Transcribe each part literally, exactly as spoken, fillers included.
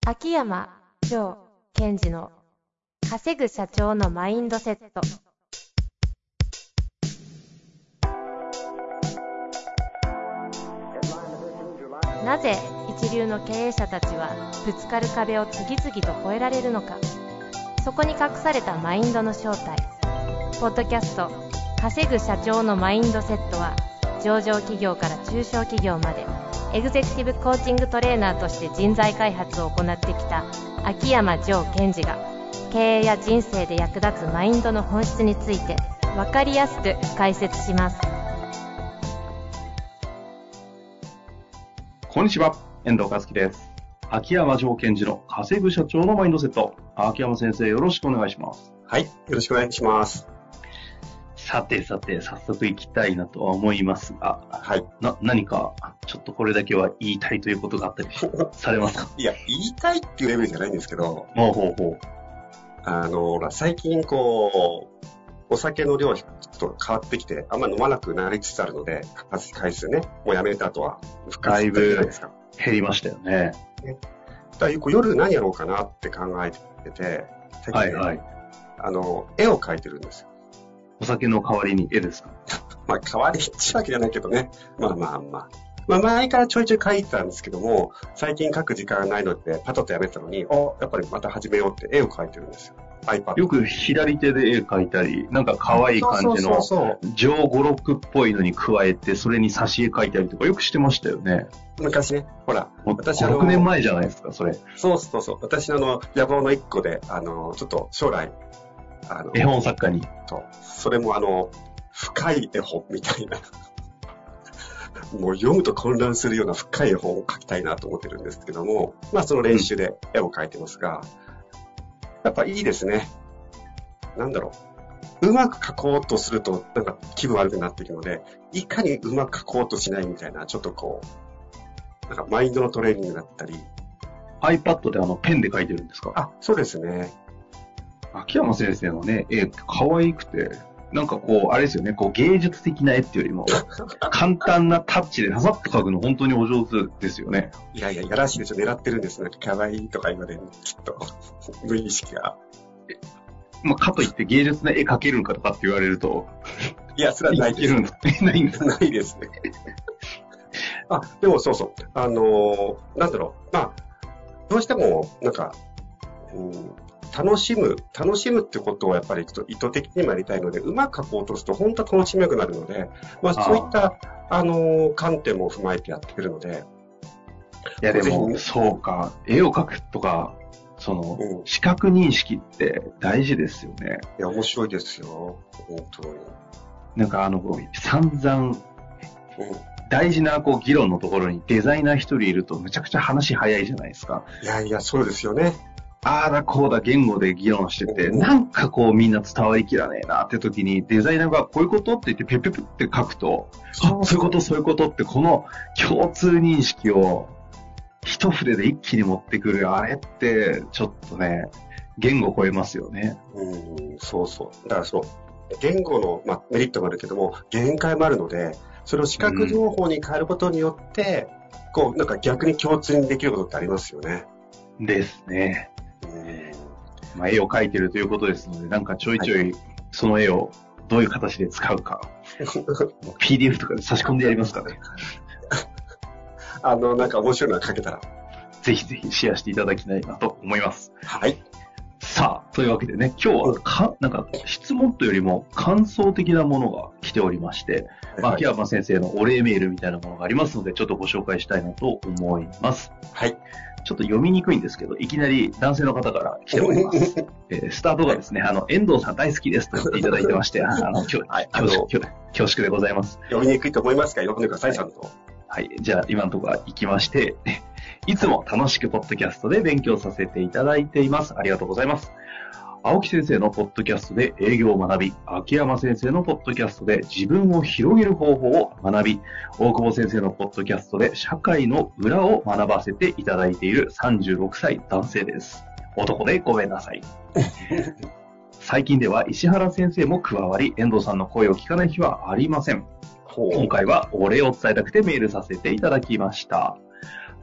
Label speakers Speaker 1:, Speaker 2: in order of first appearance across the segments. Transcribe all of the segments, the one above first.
Speaker 1: 秋山城賢治の稼ぐ社長のマインドセット。なぜ一流の経営者たちはぶつかる壁を次々と越えられるのか。そこに隠されたマインドの正体。ポッドキャスト稼ぐ社長のマインドセットは、上場企業から中小企業までエグゼクティブコーチングトレーナーとして人材開発を行ってきた秋山城賢治が、経営や人生で役立つマインドの本質について分かりやすく解説します。
Speaker 2: こんにちは、遠藤和樹です。秋山城賢治の稼ぐ社長のマインドセット。秋山先生、よろしくお願いします。
Speaker 3: はい、よろしくお願いします。
Speaker 2: さてさて、早速行きたいなとは思いますが、
Speaker 3: はい。
Speaker 2: な、何か、ちょっとこれだけは言いたいということがあったりされますか？
Speaker 3: いや、言いたいっていうレベルじゃないんですけど、
Speaker 2: ほうほうほう。
Speaker 3: あの、最近こう、お酒の量ちょっと変わってきて、あんま飲まなくなりつつあるので、回数ね、もうやめた後は復活してるじゃないですか。
Speaker 2: 減りましたよね。
Speaker 3: ね、だから夜何やろうかなって考えてて、最近ね、
Speaker 2: はいはい。
Speaker 3: あの、絵を描いてるんですよ。
Speaker 2: お酒の代わりに絵ですか？
Speaker 3: まあ、代わりってわけじゃないけどね。まあまあまあ。まあ、前からちょいちょい描いてたんですけども、最近描く時間がないので、パタッとやめてたのに、お、やっぱりまた始めようって絵を描いてるんですよ。iPad。
Speaker 2: よく左手で絵描いたり、なんか可愛い感じの、上五六っぽいのに加えて、それに挿絵描いたりとかよくしてましたよね。
Speaker 3: 昔ね、ほら、
Speaker 2: 私はろくねんまえじゃないですか、それ。
Speaker 3: そうそうそう。私のあの、野望の一個で、あの、ちょっと将来、
Speaker 2: あの絵本作家に
Speaker 3: と、それもあの、深い絵本みたいな。もう読むと混乱するような深い絵本を描きたいなと思ってるんですけども、まあその練習で絵を描いてますが、やっぱいいですね。なんだろう。うまく描こうとすると、なんか気分悪くなっていくので、いかにうまく描こうとしないみたいな、ちょっとこう、なんかマインドのトレーニングだったり。
Speaker 2: iPad であのペンで描いてるんですか？
Speaker 3: あ、そうですね。
Speaker 2: 秋山先生のね、絵、可愛くて、なんかこう、あれですよね、こう芸術的な絵っていうよりも、簡単なタッチでささっと描くの本当にお上手ですよね。
Speaker 3: いやいや、やらしいでしょ、狙ってるんです。なんか可愛いとか言われる、きっと。無意識が。
Speaker 2: まあ、かといって芸術な絵描けるんかとかって言われると。
Speaker 3: いや、それはないです。
Speaker 2: ないんです。
Speaker 3: ないですね。あ、でもそうそう。あのー、なんだろう。まあ、どうしても、なんか、うん楽しむ、楽しむってことをやっぱりちょっと意図的にもやりたいので、うまく書こうとすると本当は楽しめなくなるので、まあそういった、あの、観点も踏まえてやってるので。
Speaker 2: いやでも、そうか、絵を描くとか、その、うん、視覚認識って大事ですよね。
Speaker 3: いや、面白いですよ。本当に。
Speaker 2: なんかあの、散々、うん、大事なこう議論のところにデザイナー一人いるとめちゃくちゃ話早いじゃないですか。
Speaker 3: いやいや、そうですよね。
Speaker 2: ああだこうだ言語で議論してて、なんかこうみんな伝わりきらねえなって時にデザイナーがこういうことって言ってペペペって書くと、そういうことそういうことってこの共通認識を一筆で一気に持ってくるあれってちょっとね、言語を超えますよね。
Speaker 3: うん、そうそう。だからそう、言語の、まあ、メリットもあるけども、限界もあるので、それを視覚情報に変えることによって、うん、こう、なんか逆に共通にできることってありますよね。
Speaker 2: ですね。まあ、絵を描いてるということですので、なんかちょいちょいその絵をどういう形で使うか、ピーディーエフ とかで差し込んでやりますかね。
Speaker 3: あの、なんか面白いのが描けたら。
Speaker 2: ぜひぜひシェアしていただきたいなと思います。
Speaker 3: はい。
Speaker 2: さあ、というわけでね、今日はか、なんか質問というよりも感想的なものが来ておりまして、まあ、秋山先生のお礼メールみたいなものがありますので、ちょっとご紹介したいなと思います。
Speaker 3: はい。
Speaker 2: ちょっと読みにくいんですけど、いきなり男性の方から来ております。えー、スタートがですね、あの、遠藤さん大好きですと言っていただいてまして、あの、今日、はい、恐縮、恐縮でございます。
Speaker 3: 読みにくいと思いますが、読んでください、ちゃんと。
Speaker 2: はい、じゃあ今のところ行きまして、いつも楽しくポッドキャストで勉強させていただいています。ありがとうございます。青木先生のポッドキャストで営業を学び、秋山先生のポッドキャストで自分を広げる方法を学び、大久保先生のポッドキャストで社会の裏を学ばせていただいているさんじゅうろくさい男性です。男でごめんなさい。最近では石原先生も加わり、遠藤さんの声を聞かない日はありません。今回はお礼を伝えたくてメールさせていただきました。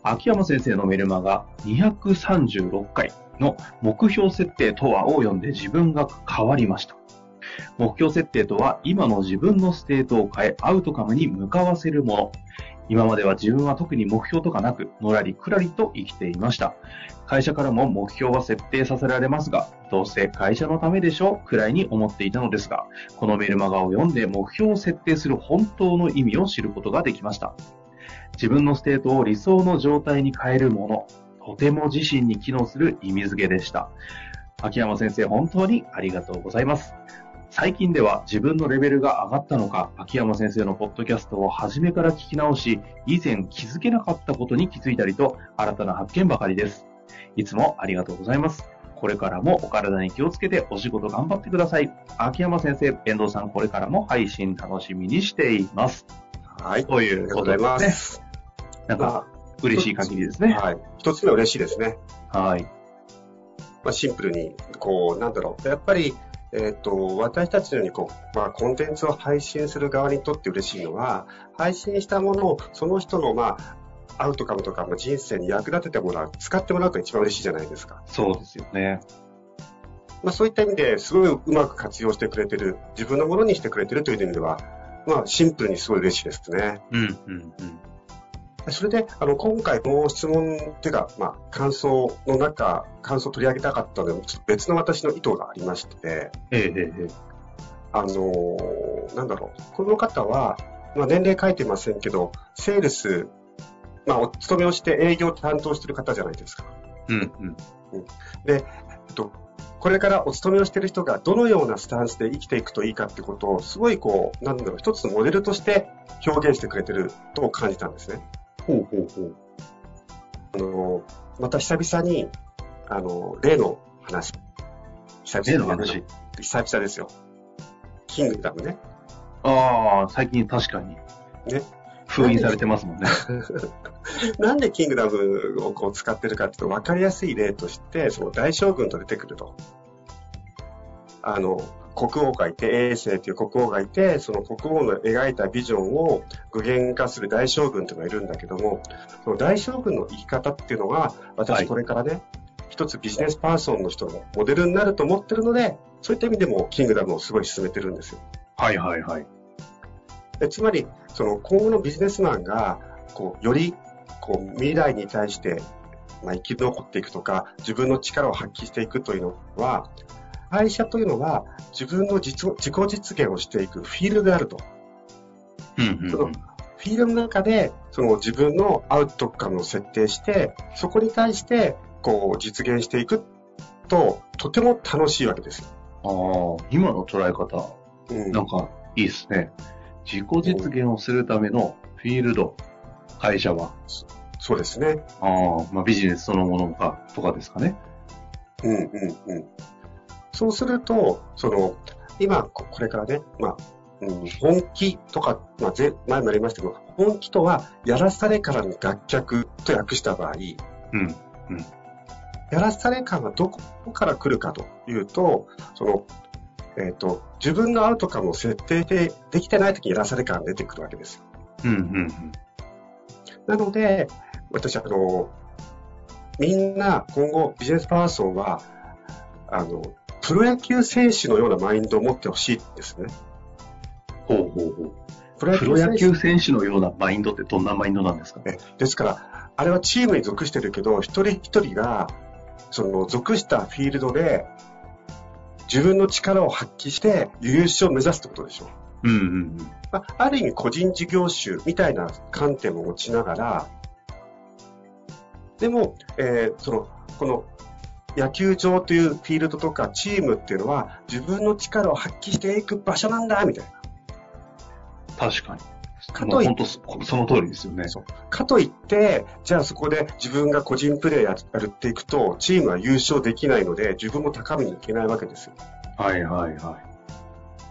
Speaker 2: 秋山先生のメルマガにひゃくさんじゅうろっかいの目標設定とはを読んで自分が変わりました。目標設定とは今の自分のステートを変えアウトカムに向かわせるもの。今までは自分は特に目標とかなくのらりくらりと生きていました。会社からも目標は設定させられますが、どうせ会社のためでしょくらいに思っていたのですが、このメルマガを読んで目標を設定する本当の意味を知ることができました。自分のステートを理想の状態に変えるもの、とても自身に機能する意味付けでした。秋山先生、本当にありがとうございます。最近では自分のレベルが上がったのか、秋山先生のポッドキャストを初めから聞き直し、以前気づけなかったことに気づいたりと、新たな発見ばかりです。いつもありがとうございます。これからもお体に気をつけてお仕事頑張ってください。秋山先生、遠藤さん、これからも配信楽しみにしています。
Speaker 3: はい。
Speaker 2: ということですね。なんか、嬉しい限りですね。
Speaker 3: はい。一つ目は嬉しいですね。
Speaker 2: はい。
Speaker 3: まあ、シンプルに、こう、なんだろう。やっぱり、えっと、私たちのようにこう、まあ、コンテンツを配信する側にとって嬉しいのは、配信したものをその人の、まあ、アウトカムとかも人生に役立ててもらう、使ってもらうと一番嬉しいじゃないですか。
Speaker 2: そうですよね。
Speaker 3: まあ、そういった意味ですごいうまく活用してくれてる、自分のものにしてくれてるという意味では、まあ、シンプルにすごい嬉しいですね。
Speaker 2: うん、うん、うん。
Speaker 3: それで、あの、今回の質問っていうか、まあ、感想の中、感想を取り上げたかったので、ちょっと別の私の意図がありまして、
Speaker 2: ええ、ええ。
Speaker 3: あのー、なんだろう。この方は、まあ、年齢書いてませんけど、セールス、まあ、お勤めをして営業を担当している方じゃないですか。
Speaker 2: うん、うん。
Speaker 3: で、えっと、これからお勤めをしている人がどのようなスタンスで生きていくといいかってことを、すごいこう、なんだろう、一つのモデルとして表現してくれてると感じたんですね。
Speaker 2: ほうほうほう。
Speaker 3: あの、また久々に、あの、例の話。
Speaker 2: 久々例の話
Speaker 3: 久々ですよ。キングダムね。
Speaker 2: ああ、最近確かに。
Speaker 3: ね。
Speaker 2: 封印されてますもんね。
Speaker 3: なんでキングダムをこう使ってるかっていうと、分かりやすい例として、その大将軍と出てくると。あの、国王がいて、衛星という国王がいて、その国王の描いたビジョンを具現化する大将軍というのがいるんだけども、その大将軍の生き方っていうのが、私これからね、はい、一つビジネスパーソンの人のモデルになると思ってるので、そういった意味でもキングダムをすごい進めてるんですよ。
Speaker 2: はいはいはい。
Speaker 3: でつまり、その今後のビジネスマンが、こう、より、こう、未来に対して、まあ、生き残っていくとか、自分の力を発揮していくというのは、会社というのは自分の自己実現をしていくフィールドであると。
Speaker 2: うんうんうん、
Speaker 3: そのフィールドの中でその自分のアウトカムを設定して、そこに対してこう実現していくと、とても楽しいわけですよ。
Speaker 2: ああ、今の捉え方、うん、なんかいいですね。自己実現をするためのフィールド、会社は。
Speaker 3: そ, そうですね。
Speaker 2: ああ、まあビジネスそのものかとかですかね。
Speaker 3: うんうんうん。そうすると、その、今、これからね、まあ、うん、本気とか、まあ、前もやりましたけど、本気とは、やらされからの脱却と訳した場合、
Speaker 2: うん、うん。
Speaker 3: やらされ感はどこから来るかというと、その、えっと、自分のアウトカムを設定でできてないときにやらされ感が出てくるわけですよ。
Speaker 2: うん、うん、
Speaker 3: なので、私、あの、みんな、今後、ビジネスパーソンは、あの、プロ野球選手のようなマインドを持ってほしいですね。
Speaker 2: ほうほうほう。プロ野球選手のようなマインドってどんなマインドなんですか？
Speaker 3: えですから、あれはチームに属してるけど、一人一人が、その属したフィールドで、自分の力を発揮して優勝を目指すってことでしょ。
Speaker 2: うんうんうん。
Speaker 3: まあ、ある意味個人事業主みたいな観点も持ちながら、でも、えー、その、この、野球場というフィールドとかチームっていうのは自分の力を発揮していく場所なんだみたいな。
Speaker 2: 確かに。かといって本当その通りですよね。
Speaker 3: そうかといってじゃあそこで自分が個人プレーやっていくとチームは優勝できないので自分も高めにいけないわけですよ。
Speaker 2: はいはいはい。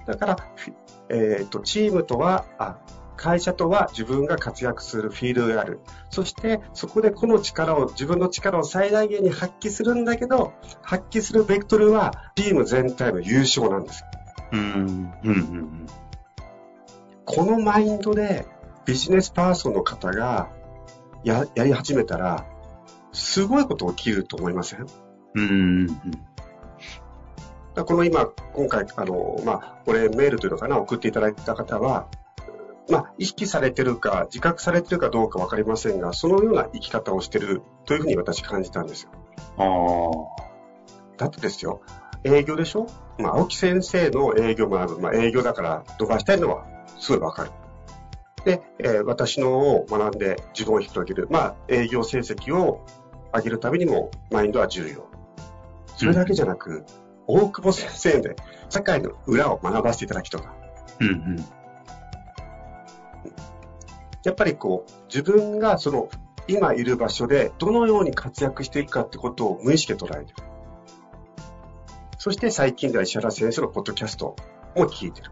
Speaker 3: だから、えーと、チームとはあ会社とは自分が活躍するフィールドである。そしてそこでこの力を自分の力を最大限に発揮するんだけど発揮するベクトルはチーム全体の優勝なんですよ。
Speaker 2: うんうんうん。
Speaker 3: このマインドでビジネスパーソンの方がや、やり始めたら、すごいこと起きると思いません？
Speaker 2: うん。
Speaker 3: この今、今回、あの、まあ、これメールというのかな、送っていただいた方は、まあ、意識されてるか、自覚されてるかどうかわかりませんが、そのような生き方をしてるというふうに私感じたんですよ。
Speaker 2: ああ。
Speaker 3: だってですよ、営業でしょ？まあ、青木先生の営業を学ぶ。まあ、営業だから伸ばしたいのはすごいわかる。で、えー、私のを学んで自分を広げる。まあ、営業成績を上げるためにもマインドは重要。それだけじゃなく、うん、大久保先生で社会の裏を学ばせていただきとか。
Speaker 2: うんうん、
Speaker 3: やっぱりこう、自分がその今いる場所でどのように活躍していくかってことを無意識で捉えてる。そして最近では石原先生のポッドキャストを聞いてる。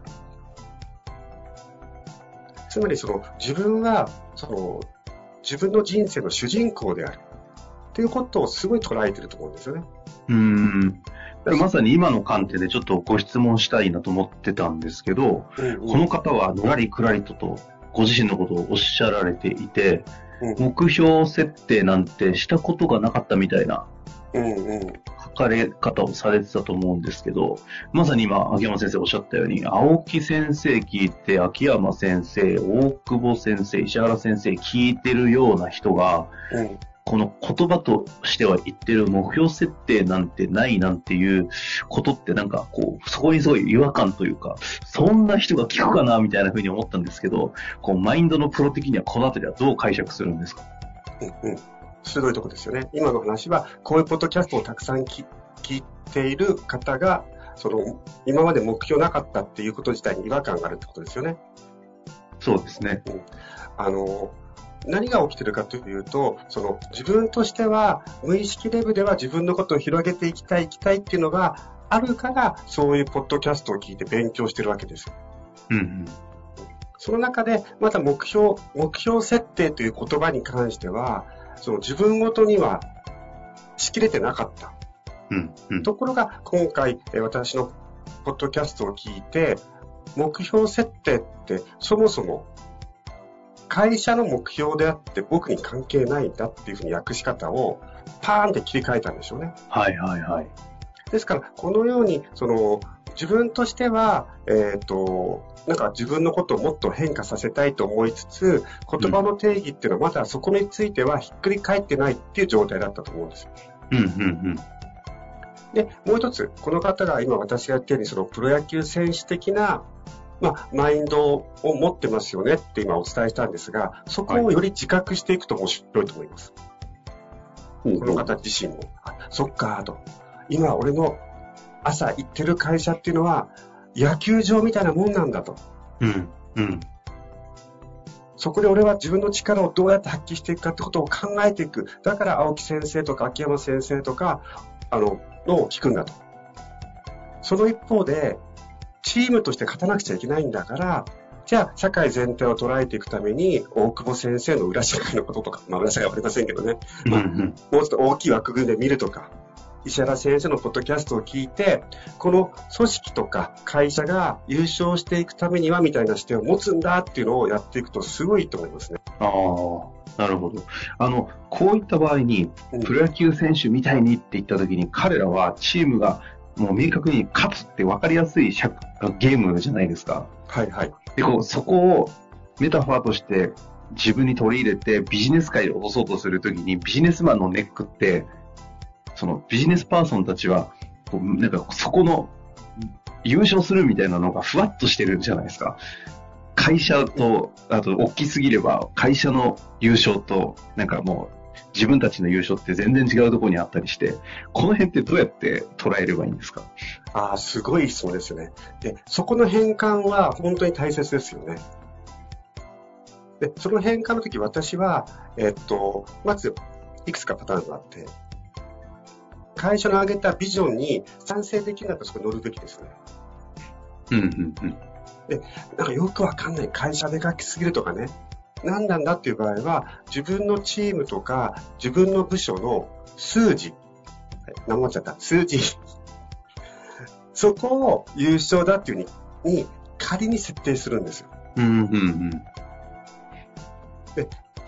Speaker 3: つまりその自分はその自分の人生の主人公であるということをすごい捉えてると思うんですよね。
Speaker 2: うーん。まさに今の観点でちょっとご質問したいなと思ってたんですけど、うんうん、この方はのらりくらりととご自身のことをおっしゃられていて、うん、目標設定なんてしたことがなかったみたいな書かれ方をされてたと思うんですけど、まさに今秋山先生おっしゃったように、青木先生聞いて秋山先生、大久保先生、石原先生聞いてるような人が、うん、この言葉としては言ってる目標設定なんてないなんていうことってなんかこう、そこにすごい違和感というか、そんな人が聞くかなみたいな風に思ったんですけど、こうマインドのプロ的にはこのあたりはどう解釈するんですか？
Speaker 3: うんうん、鋭いところですよね。今の話はこういうポッドキャストをたくさん聞いている方が、その今まで目標なかったっていうこと自体に違和感があるってことですよね。
Speaker 2: そうですね。
Speaker 3: うん、あの何が起きてるかというと、その自分としては無意識レベルでは自分のことを広げていきたい、行きたいっていうのがあるから、そういうポッドキャストを聞いて勉強してるわけですよ。
Speaker 2: うんうん、
Speaker 3: その中で、また目標、目標設定という言葉に関しては、その自分ごとにはしきれてなかった。
Speaker 2: うんうん、
Speaker 3: ところが、今回、私のポッドキャストを聞いて、目標設定ってそもそも会社の目標であって僕に関係ないんだっていうふうに訳し方をパーンって切り替えたんでしょうね。
Speaker 2: はいはいはい。
Speaker 3: ですから、このように、その、自分としては、えっと、なんか自分のことをもっと変化させたいと思いつつ、言葉の定義っていうのはまだそこについてはひっくり返ってないっていう状態だったと思うんですよ。
Speaker 2: うんうんうん。
Speaker 3: で、もう一つ、この方が今私が言ったように、そのプロ野球選手的なまあ、マインドを持ってますよねって今お伝えしたんですが、そこをより自覚していくと面白いと思います。はい、この方自身も。あ、そっかーと。今俺の朝行ってる会社っていうのは野球場みたいなもんなんだと。
Speaker 2: うんうん。
Speaker 3: そこで俺は自分の力をどうやって発揮していくかってことを考えていく。だから青木先生とか秋山先生とか、あの、のを聞くんだと。その一方で、チームとして勝たなくちゃいけないんだから、じゃあ社会全体を捉えていくために大久保先生の裏社会のこととか、まあ裏社会はありませんけどね、まあ、もうちょっと大きい枠組みで見るとか、石原先生のポッドキャストを聞いて、この組織とか会社が優勝していくためにはみたいな視点を持つんだっていうのをやっていくとすごいいいと思いますね。
Speaker 2: ああ、なるほど。あの、こういった場合に、プロ野球選手みたいにって言った時に、彼らはチームがもう明確に勝つって分かりやすいゲームじゃないですか。
Speaker 3: はいはい。
Speaker 2: で、こう、そこをメタファーとして自分に取り入れてビジネス界で落とそうとするときに、ビジネスマンのネックって、そのビジネスパーソンたちは、こうなんかそこの優勝するみたいなのがふわっとしてるじゃないですか。会社と、あと大きすぎれば会社の優勝と、なんかもう、自分たちの優勝って全然違うところにあったりして、この辺ってどうやって捉えればいいんですか？
Speaker 3: ああ、すごい質問ですよね。で、そこの変換は本当に大切ですよね。で、その変換の時私は、えっと、まず、いくつかパターンがあって、会社の挙げたビジョンに賛成できるんだったらそこに乗るべきですね。
Speaker 2: うんうんうん。
Speaker 3: で、なんかよくわかんない会社でかきすぎるとかね、何なんだっていう場合は、自分のチームとか、自分の部署の数字、何もっちゃった、数字、そこを優勝だっていうふうに、に仮に設定するんですよ。
Speaker 2: うんうんうん。
Speaker 3: で、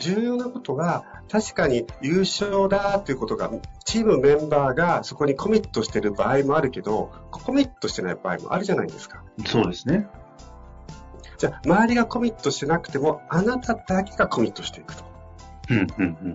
Speaker 3: 重要なことは、確かに優勝だということが、チームメンバーがそこにコミットしている場合もあるけど、コミットしてない場合もあるじゃないですか。
Speaker 2: そうですね。
Speaker 3: じゃあ、周りがコミットしてなくても、あなただけがコミットしていくと。
Speaker 2: うんうんうん。
Speaker 3: い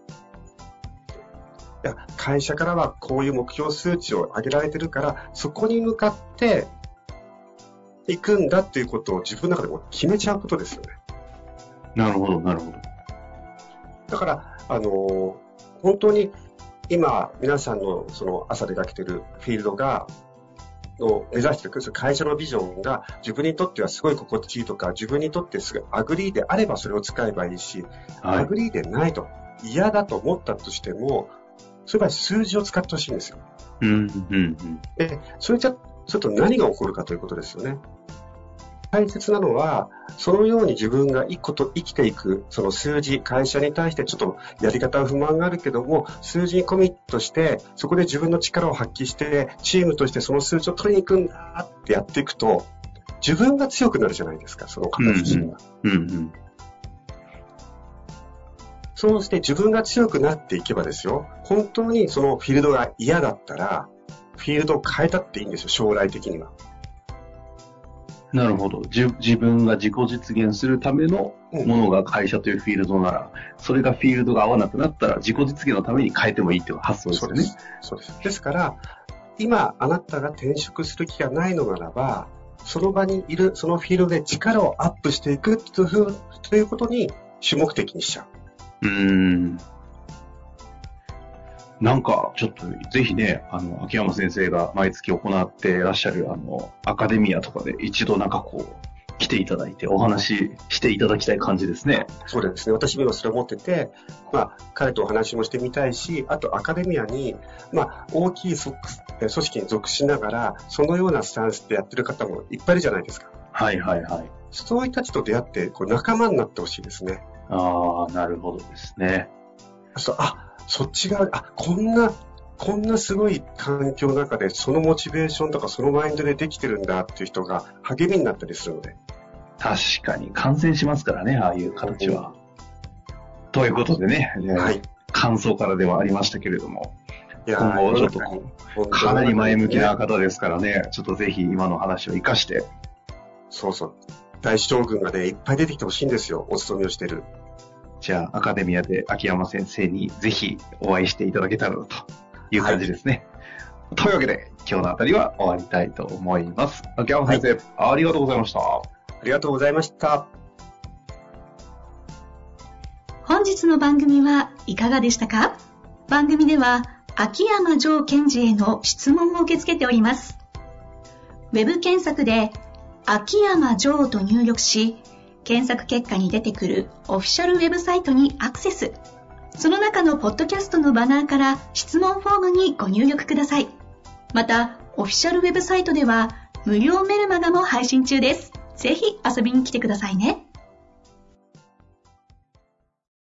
Speaker 3: や、会社からはこういう目標数値を上げられてるから、そこに向かっていくんだっていうことを自分の中でも決めちゃうことですよね。
Speaker 2: なるほど、なるほど。
Speaker 3: だから、あのー、本当に今、皆さんのその朝出かけてるフィールドが、の目指していく会社のビジョンが自分にとってはすごい心地いいとか、自分にとってすごいアグリーであればそれを使えばいいし、はい、アグリーでないと、嫌だと思ったとしても、そういう場合数字を使ってほしいんですよ。
Speaker 2: うんうんうん。
Speaker 3: で、それじゃ、ちょっと何が起こるかということですよね。大切なのは、そのように自分が一個と生きていく、その数字、会社に対してちょっとやり方は不満があるけども、数字にコミットして、そこで自分の力を発揮して、チームとしてその数字を取りに行くんだってやっていくと、自分が強くなるじゃないですか、その方自身が。
Speaker 2: うんうんうんうん、
Speaker 3: そうして自分が強くなっていけばですよ、本当にそのフィールドが嫌だったら、フィールドを変えたっていいんですよ、将来的には。
Speaker 2: なるほど。自, 自分が自己実現するためのものが会社というフィールドなら、うん、それがフィールドが合わなくなったら自己実現のために変えてもいいっていう発想ですよね。
Speaker 3: そうです。そうです。ですから、今あなたが転職する気がないのならば、その場にいる、そのフィールドで力をアップしていくという、ということに主目的にしちゃ
Speaker 2: う。うーん。なんか、ちょっと、ぜひね、あの、秋山先生が毎月行っていらっしゃる、あの、アカデミアとかで一度なんかこう、来ていただいてお話ししていただきたい感じですね。
Speaker 3: そうですね。私もそれを持ってて、まあ、彼とお話もしてみたいし、あとアカデミアに、まあ、大きい組織に属しながら、そのようなスタンスでやってる方もいっぱいいるじゃないですか。
Speaker 2: はいはいはい。
Speaker 3: そういう人たちと出会って、こう仲間になってほしいですね。
Speaker 2: ああ、なるほどですね。
Speaker 3: そう、あ、そっち側、あ、こんな、こんなすごい環境の中で、そのモチベーションとかそのマインドでできてるんだっていう人が励みになったりするので。
Speaker 2: 確かに、感染しますからね、ああいう形は。うん、ということでね、はい、感想からではありましたけれども、いや今後ちょっとこう、かなり前向きな方ですからね、ちょっとぜひ今の話を生かして。
Speaker 3: そうそう。大将軍がね、いっぱい出てきてほしいんですよ、お勤めをしてる。
Speaker 2: じゃあ、アカデミアで秋山先生にぜひお会いしていただけたらという感じですね。はい、というわけで、今日のあたりは終わりたいと思います。秋山先生、はい、ありがとうございました。あ
Speaker 3: りがとうございました。
Speaker 4: 本日の番組はいかがでしたか？番組では、秋山城賢治への質問を受け付けております。ウェブ検索で、秋山城と入力し、検索結果に出てくるオフィシャルウェブサイトにアクセス。その中のポッドキャストのバナーから質問フォームにご入力ください。また、オフィシャルウェブサイトでは無料メルマガも配信中です。ぜひ遊びに来てくださいね。